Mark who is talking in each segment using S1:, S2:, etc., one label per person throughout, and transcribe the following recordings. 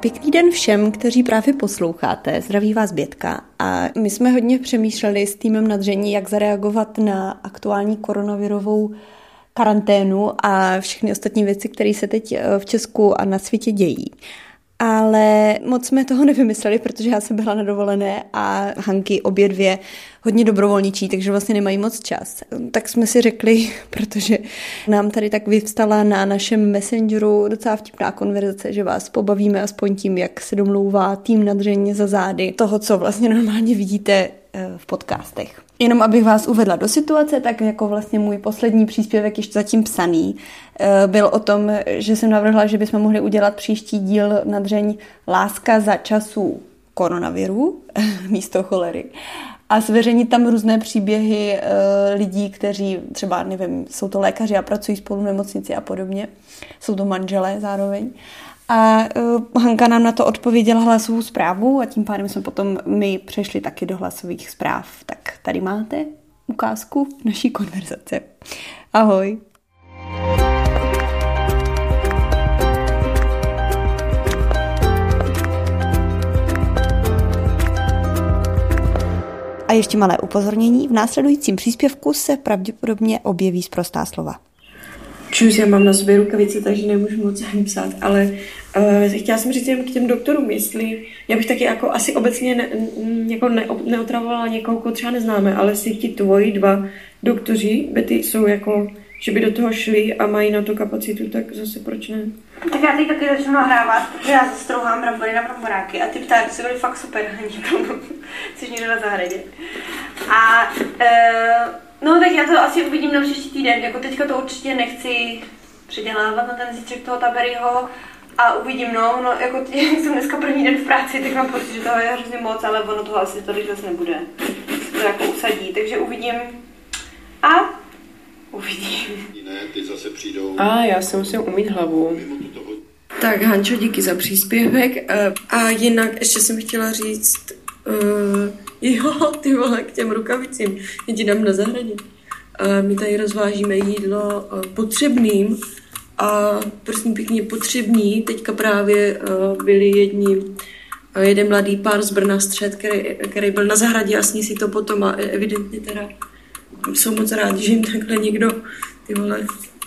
S1: Pěkný den všem, kteří právě posloucháte. Zdraví vás Bětka. A my jsme hodně přemýšleli s týmem Nadření, jak zareagovat na aktuální koronavirovou karanténu a všechny ostatní věci, které se teď v Česku a na světě dějí. Ale moc jsme toho nevymysleli, protože já jsem byla na dovolené a Hanky obě dvě hodně dobrovolničí, takže vlastně nemají moc čas. Tak jsme si řekli, protože nám tady tak vyvstala na našem Messengeru docela vtipná konverzace, že vás pobavíme aspoň tím, jak se domlouvá tým Nadřeně za zády toho, co vlastně normálně vidíte v podcastech. Jenom abych vás uvedla do situace, tak jako vlastně můj poslední příspěvek ještě zatím psaný byl o tom, že jsem navrhla, že bychom mohli udělat příští díl Nadřeň Láska za časů koronaviru místo cholery a zveřejnit tam různé příběhy lidí, kteří třeba, nevím, jsou to lékaři a pracují spolu v nemocnici a podobně. Jsou to manželé zároveň. A Hanka nám na to odpověděla hlasovou zprávu a tím pádem jsme potom my přešli taky do hlasových zpráv. Tak tady máte ukázku naší konverzace. Ahoj. A ještě malé upozornění. V následujícím příspěvku se pravděpodobně objeví sprostá slova.
S2: Čus, já mám na sobě rukavice, takže nemůžu moc ani psát, ale chtěla jsem říct jen k těm doktorům, jestli já bych taky jako asi obecně neotravovala někoho, koho třeba neznáme, ale si ti tvoji dva doktoři, Betty, jsou jako, že by do toho šli a mají na to kapacitu, tak zase proč ne?
S3: Tak já teď taky začnu nahrávat, protože já strouhám brambory na bramboráky a ty ptáky jsou byly fakt super, což někde na zahradě. A no tak já to asi uvidím na příští týden, jako teďka to určitě nechci předělávat na ten zítřek toho Taberyho a uvidím, no jako jsem dneska první den v práci, tak mám pocit, že toho je hrozně moc, ale ono toho asi tolik zase nebude, to jako usadí, takže uvidím a uvidím.
S4: Ne, ty zase přijdou.
S2: A já si musím umýt hlavu. Tak Hančo, díky za příspěvek a jinak ještě jsem chtěla říct, jo, ty vole, k těm rukavicím, já ti dám na zahradě. My tady rozvážíme jídlo potřebným a prosím pěkně potřební. Teďka právě byli jeden mladý pár z Brna Střed, který byl na zahradě a sní si to potom a evidentně teda jsou moc rádi, že jim takhle někdo, ty vole.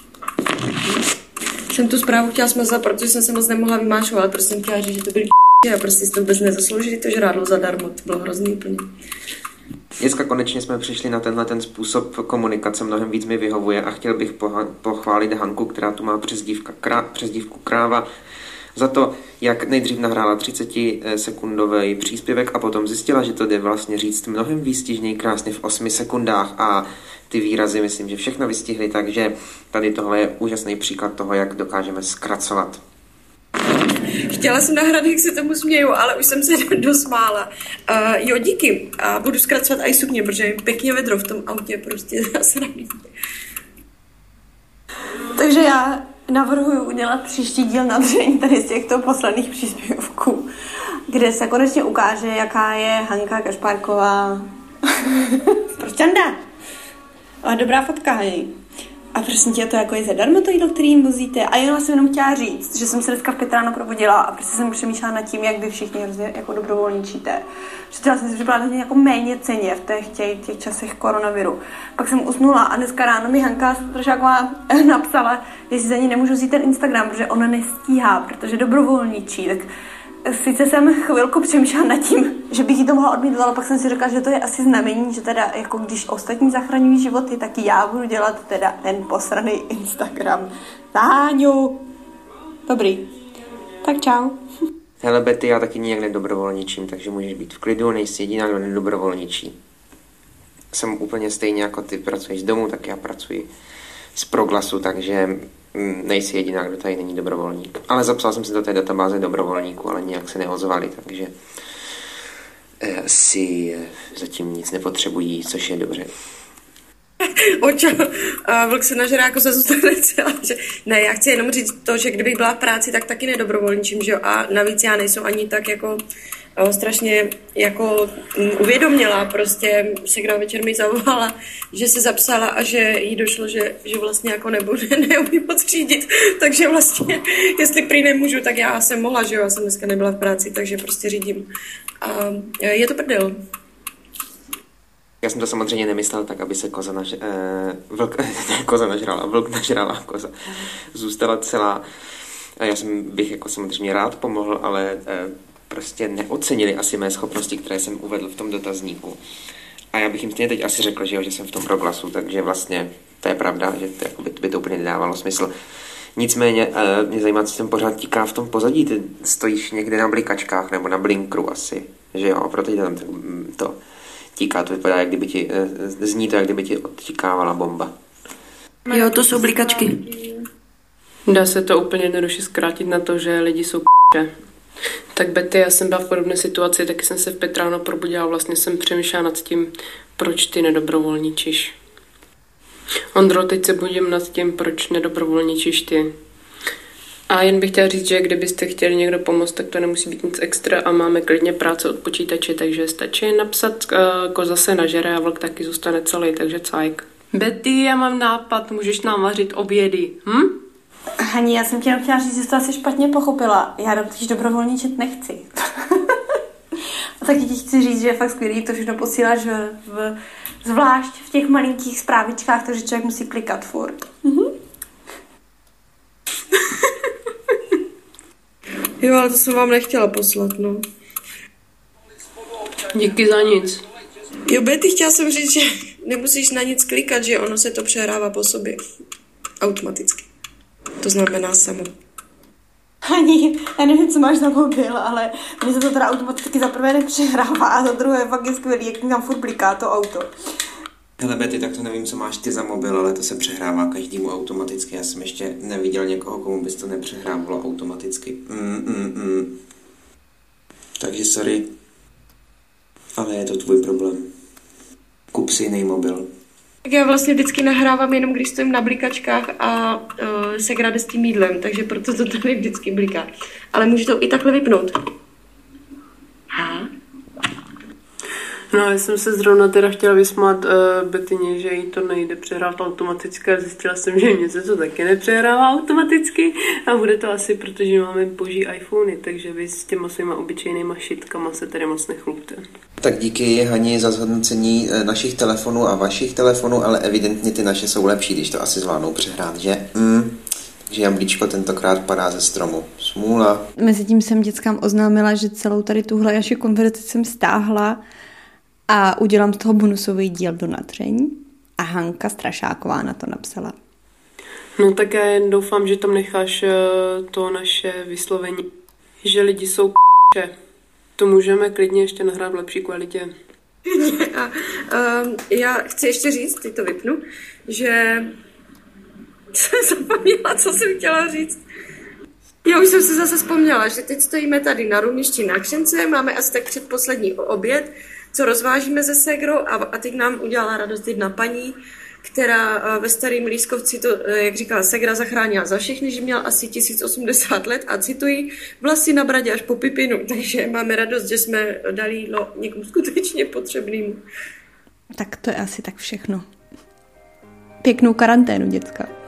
S2: Jsem tu zprávu chtěla smazat, protože jsem se moc nemohla vymášovat, protože jsem chtěla říct, že to byly a prostě si to vůbec nezasloužili, to žrádlo zadarmo, to bylo hrozný úplně.
S5: Dneska konečně jsme přišli na tenhle ten způsob komunikace, mnohem víc mi vyhovuje a chtěl bych pochválit Hanku, která tu má přezdívku Kráva, za to, jak nejdřív nahrála 30-sekundový příspěvek a potom zjistila, že to jde vlastně říct mnohem výstižněji krásně v 8 sekundách a ty výrazy myslím, že všechno vystihly, takže tady tohle je úžasný příklad toho, jak dokážeme zkracovat.
S2: Chtěla jsem nahrát, jak se tomu směju, ale už jsem se dosmála. Jo, díky. A budu zkracovat i sukně, protože je pěkně vedro v tom autě, prostě zasraný.
S1: Takže já navrhuji udělat příští díl Nadření tady z těchto posledních příspěvků, kde se konečně ukáže, jaká je Hanka Kašpárková. Pročanda. A dobrá fotka, hej. A prosím tě, to jako je zadarmo to jídlo, který jim vozíte. A já jsem jenom chtěla říct, že jsem se dneska v 5 ráno probudila a prostě jsem přemýšlela nad tím, jak vy všichni hrozně jako dobrovolničíte. Chtěla jsem si připravit jako méně ceně v těch časech koronaviru. Pak jsem usnula a dneska ráno mi Hanka Strašáková napsala, jestli za ní nemůžu vzít ten Instagram, protože ona nestíhá, protože dobrovolničí. Tak sice jsem chvilku přemýšlela nad tím, že bych jí to mohla odmítnout, ale pak jsem si řekla, že to je asi znamení, že teda jako když ostatní zachraňují životy, tak já budu dělat teda ten posraný Instagram. Táňu! Dobrý. Tak čau.
S5: Hele Betty, já taky nijak nedobrovolničím, takže můžeš být v klidu, nejsi jediná, kdo nedobrovolničí. Jsem úplně stejně jako ty, pracuješ z domu, tak já pracuji z Proglasu, takže nejsi jediná, kdo tady není dobrovolník. Ale zapsal jsem si do té databáze dobrovolníků, ale nějak se neozvali, takže si zatím nic nepotřebují, což je dobře.
S2: Očo, vlk se nažere jako se zůstane celá, že... Ne, já chci jenom říct to, že kdybych byla v práci, tak taky nedobrovolničím, že jo, a navíc já nejsem ani tak jako strašně jako uvědomila, prostě Segra večer mi zavolala, že se zapsala a že jí došlo, že vlastně jako neumí moc řídit, takže vlastně, jestli prý nemůžu, tak já jsem mohla, že jo, já jsem dneska nebyla v práci, takže prostě řídím. A je to prdel.
S5: Já jsem to samozřejmě nemyslel tak, aby se vlk nažrala, koza zůstala celá. Já bych jako samozřejmě rád pomohl, ale prostě neocenili asi mé schopnosti, které jsem uvedl v tom dotazníku. A já bych jim stejně teď asi řekl, že jsem v tom proglasu, takže vlastně to je pravda, že to, jako by to úplně nedávalo smysl. Nicméně mě zajímá, co jsem pořád tíká v tom pozadí. Ty stojíš někde na blikačkách nebo na blinkru asi, že jo, protože tam to tíká, to vypadá, jak kdyby zní to, jak kdyby ti odtíkávala bomba.
S2: Jo, to jsou blikačky.
S4: Dá se to úplně jednoduše zkrátit na to, že lidi jsou k***e. Tak Betty, já jsem byla v podobné situaci, taky jsem se v 5 ráno probudila a vlastně jsem přemýšlela nad tím, proč ty nedobrovolničíš. Ondro, teď se budím nad tím, proč nedobrovolničíš ty. A jen bych chtěla říct, že kdybyste chtěli někdo pomoct, tak to nemusí být nic extra a máme klidně práce od počítače, takže stačí napsat koza se nažere a vlk taky zůstane celý, takže cajk. Betty, já mám nápad, můžeš nám vařit obědy,
S3: Hani, já jsem tě jenom chtěla říct, že jsi to asi špatně pochopila. Já totiž dobrovolničit nechci. A taky ti chci říct, že je fakt skvělý, to všechno posíláš zvlášť v těch malinkých zprávičkách, takže člověk musí klikat furt.
S2: Jo, ale to jsem vám nechtěla poslat, no.
S4: Díky za nic.
S2: Jo, Betty, chtěla jsem říct, že nemusíš na nic klikat, že ono se to přehrává po sobě. Automaticky. To znamená samo.
S3: Hani, já nevím, co máš na mobil, ale mně se to teda automaticky za prvé nepřehrává a za druhé fakt je skvělý, jak mi tam furt bliká to auto.
S5: Hele Betty, tak to nevím, co máš ty za mobil, ale to se přehrává každému automaticky. Já jsem ještě neviděl někoho, komu bys to nepřehrávalo automaticky. Takže sorry, ale je to tvůj problém. Kup si jiný mobil.
S2: Tak já vlastně vždycky nahrávám jenom, když stojím na blikačkách a Segra jde s tím jídlem, takže proto to tady vždycky bliká. Ale můžu to i takhle vypnout.
S4: No, já jsem se zrovna teda chtěla vysmát Bettyně, že jí to nejde přehrát automaticky a zjistila jsem, že mě se to taky nepřehrává automaticky a bude to asi, protože máme boží iPhony, takže vy s těma svýma obyčejnýma šitkama se tady moc nechlupte.
S5: Tak díky Hani za zhodnocení našich telefonů a vašich telefonů, ale evidentně ty naše jsou lepší, když to asi zvládnou přehrát, že? Takže jablíčko tentokrát padá ze stromu. Smůla.
S1: Mezitím jsem dětskám oznámila, že celou tady tuhle naši konverzaci jsem stáhla a udělám z toho bonusový díl do nadření. A Hanka Strašáková na to napsala.
S4: No tak já jen doufám, že tam necháš to naše vyslovení, že lidi jsou k***e. To můžeme klidně ještě nahrát v lepší kvalitě.
S2: Já chci ještě říct, teď to vypnu, že jsem zapomněla, co jsem chtěla říct. Já už jsem si zase vzpomněla, že teď stojíme tady na Runišti na Křence, máme asi tak předposlední oběd, co rozvážíme ze Segrou a teď nám udělala radost jedna paní, která ve Starým Lískovci to, jak říkala, Segra zachránila za všechny, že měla asi 1080 let a cituji, vlasy na bradě až po pipinu, takže máme radost, že jsme dali jídlo někomu skutečně potřebnému.
S1: Tak to je asi tak všechno. Pěknou karanténu, děcka.